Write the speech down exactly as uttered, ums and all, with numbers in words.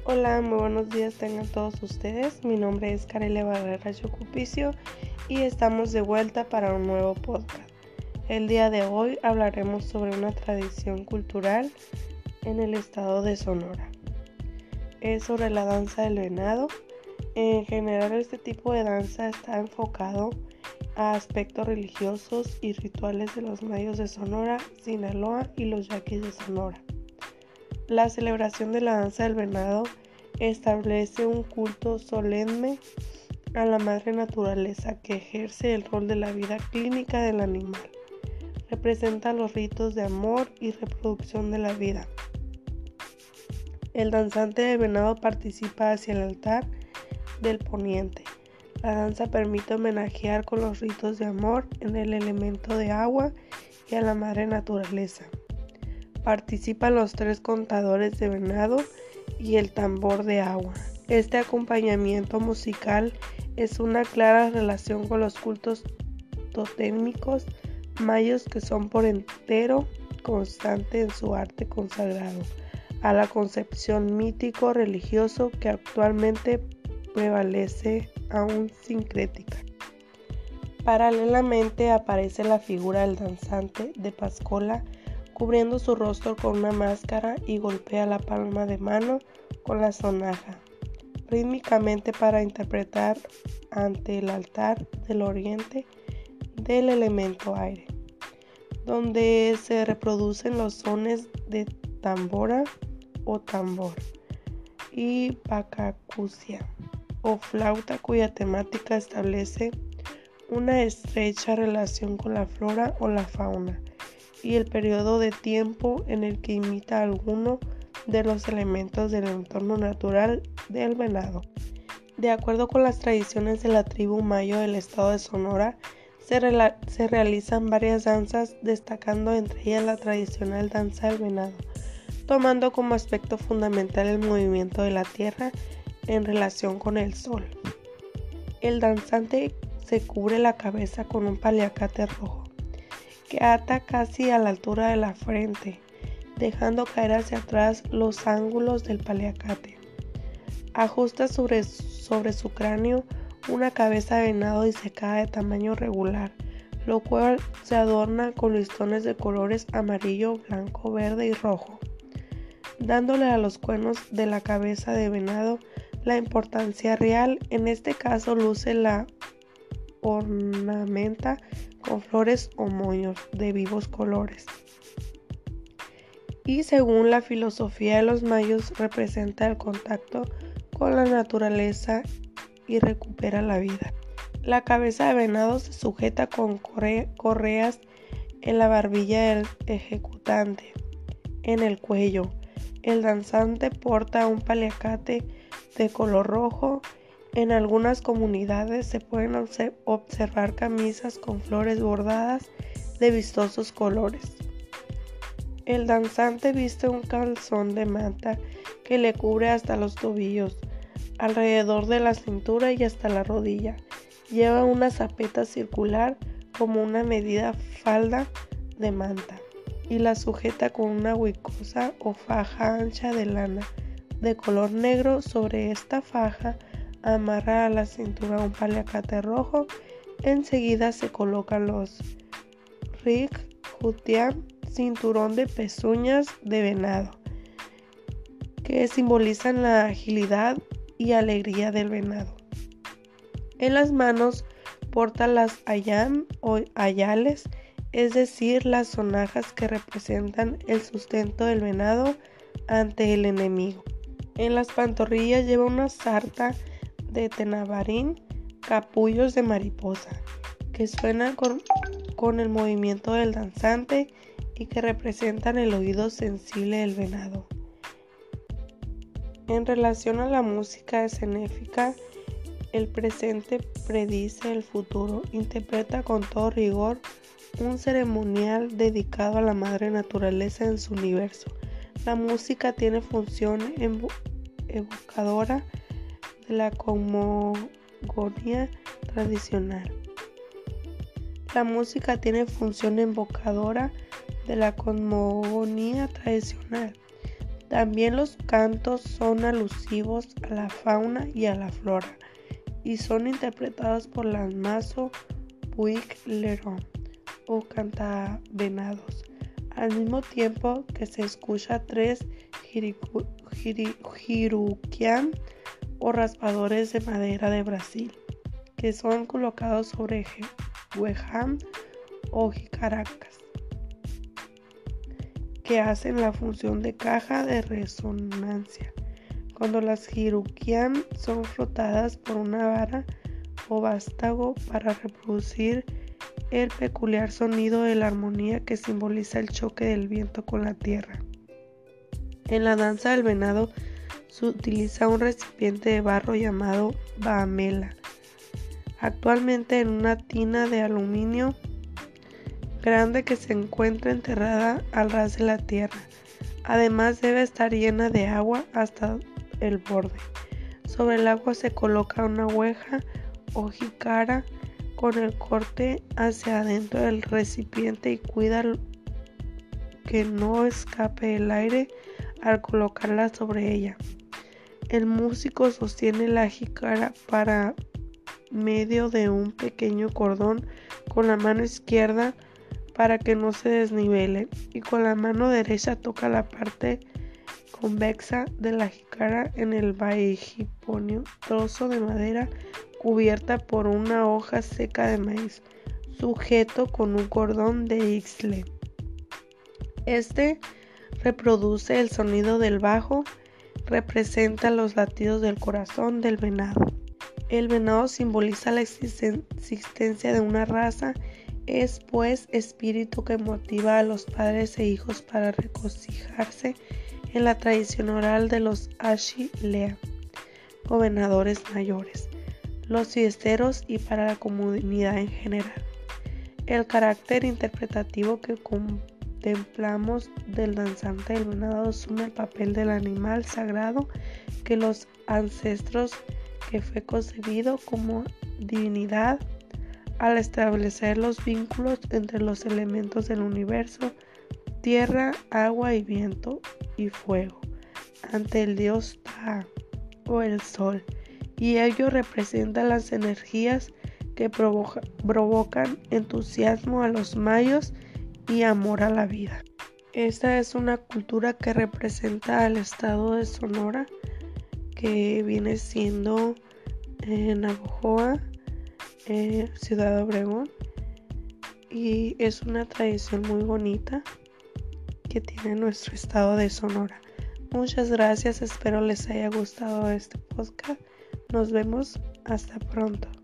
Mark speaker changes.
Speaker 1: Hola, muy buenos días tengan todos ustedes. Mi nombre es Carelia Barrera Yocupicio y estamos de vuelta para un nuevo podcast. El día de hoy hablaremos sobre una tradición cultural en el estado de Sonora. Es sobre la danza del venado. En general, este tipo de danza está enfocado a aspectos religiosos y rituales de los mayos de Sonora, Sinaloa y los yaquis de Sonora. La celebración de la danza del venado establece un culto solemne a la madre naturaleza que ejerce el rol de la vida clínica del animal. Representa los ritos de amor y reproducción de la vida. El danzante de venado participa hacia el altar del poniente. La danza permite homenajear con los ritos de amor en el elemento de agua y a la madre naturaleza. Participan los tres contadores de venado y el tambor de agua. Este acompañamiento musical es una clara relación con los cultos totémicos mayos que son por entero constante en su arte consagrado a la concepción mítico-religioso que actualmente prevalece aún sincrética. Paralelamente aparece la figura del danzante de Pascola cubriendo su rostro con una máscara y golpea la palma de mano con la sonaja, rítmicamente para interpretar ante el altar del oriente del elemento aire, donde se reproducen los sones de tambora o tambor y bacacusia o flauta, cuya temática establece una estrecha relación con la flora o la fauna y el periodo de tiempo en el que imita alguno de los elementos del entorno natural del venado. De acuerdo con las tradiciones de la tribu mayo del estado de Sonora, se, rela- se realizan varias danzas, destacando entre ellas la tradicional danza del venado, tomando como aspecto fundamental el movimiento de la tierra en relación con el sol. El danzante se cubre la cabeza con un paliacate rojo, que ata casi a la altura de la frente, dejando caer hacia atrás los ángulos del paliacate. Ajusta sobre, sobre su cráneo una cabeza de venado disecada de tamaño regular, lo cual se adorna con listones de colores amarillo, blanco, verde y rojo, dándole a los cuernos de la cabeza de venado la importancia real. En este caso luce la ornamenta con flores o moños de vivos colores. Y según la filosofía de los mayos, representa el contacto con la naturaleza y recupera la vida. La cabeza de venado se sujeta con corre- correas en la barbilla del ejecutante. En el cuello, el danzante porta un paliacate de color rojo. En algunas comunidades se pueden observar camisas con flores bordadas de vistosos colores. El danzante viste un calzón de manta que le cubre hasta los tobillos, alrededor de la cintura y hasta la rodilla. Lleva una zapeta circular como una medida falda de manta y la sujeta con una huicosa o faja ancha de lana de color negro. Sobre esta faja amarra a la cintura un paliacate rojo. Enseguida se colocan los rig jutiam, cinturón de pezuñas de venado, que simbolizan la agilidad y alegría del venado. En las manos porta las ayam o ayales, es decir, las sonajas que representan el sustento del venado ante el enemigo. En las pantorrillas lleva una sarta de tenabarín, capullos de mariposa, que suenan con, con el movimiento del danzante y que representan el oído sensible del venado. En relación a la música escénica, el presente predice el futuro, interpreta con todo rigor un ceremonial dedicado a la madre naturaleza en su universo. La música tiene función evocadora de la cosmogonía tradicional. La música tiene función evocadora de la cosmogonía tradicional. También los cantos son alusivos a la fauna y a la flora y son interpretados por las Mazo Puig Lerón o cantavenados, al mismo tiempo que se escucha tres Hirukian o raspadores de madera de Brasil, que son colocados sobre Weham o jicaracas, que hacen la función de caja de resonancia. Cuando las Hirukian son frotadas por una vara o vástago para reproducir el peculiar sonido de la armonía que simboliza el choque del viento con la tierra. En la danza del venado se utiliza un recipiente de barro llamado baamela, actualmente en una tina de aluminio grande que se encuentra enterrada al ras de la tierra. Además debe estar llena de agua hasta el borde. Sobre el agua se coloca una hueja o jícara con el corte hacia adentro del recipiente y cuida que no escape el aire al colocarla sobre ella. El músico sostiene la jícara para medio de un pequeño cordón con la mano izquierda para que no se desnivele, y con la mano derecha toca la parte convexa de la jícara en el baijiponio, trozo de madera cubierta por una hoja seca de maíz, sujeto con un cordón de ixtle. Este reproduce el sonido del bajo, representa los latidos del corazón del venado. El venado simboliza la existencia de una raza, es pues espíritu que motiva a los padres e hijos para regocijarse en la tradición oral de los Ashi Lea, gobernadores mayores, los fiesteros y para la comunidad en general. El carácter interpretativo que contemplamos del danzante del venado asume el papel del animal sagrado que los ancestros que fue concebido como divinidad al establecer los vínculos entre los elementos del universo, tierra, agua y viento y fuego, ante el dios Ta o el sol, y ello representa las energías que provoca, provocan entusiasmo a los mayos y amor a la vida. Esta es una cultura que representa al estado de Sonora, que viene siendo eh, Navojoa, eh, Ciudad Obregón, y es una tradición muy bonita que tiene nuestro estado de Sonora. Muchas gracias, espero les haya gustado este podcast. Nos vemos, hasta pronto.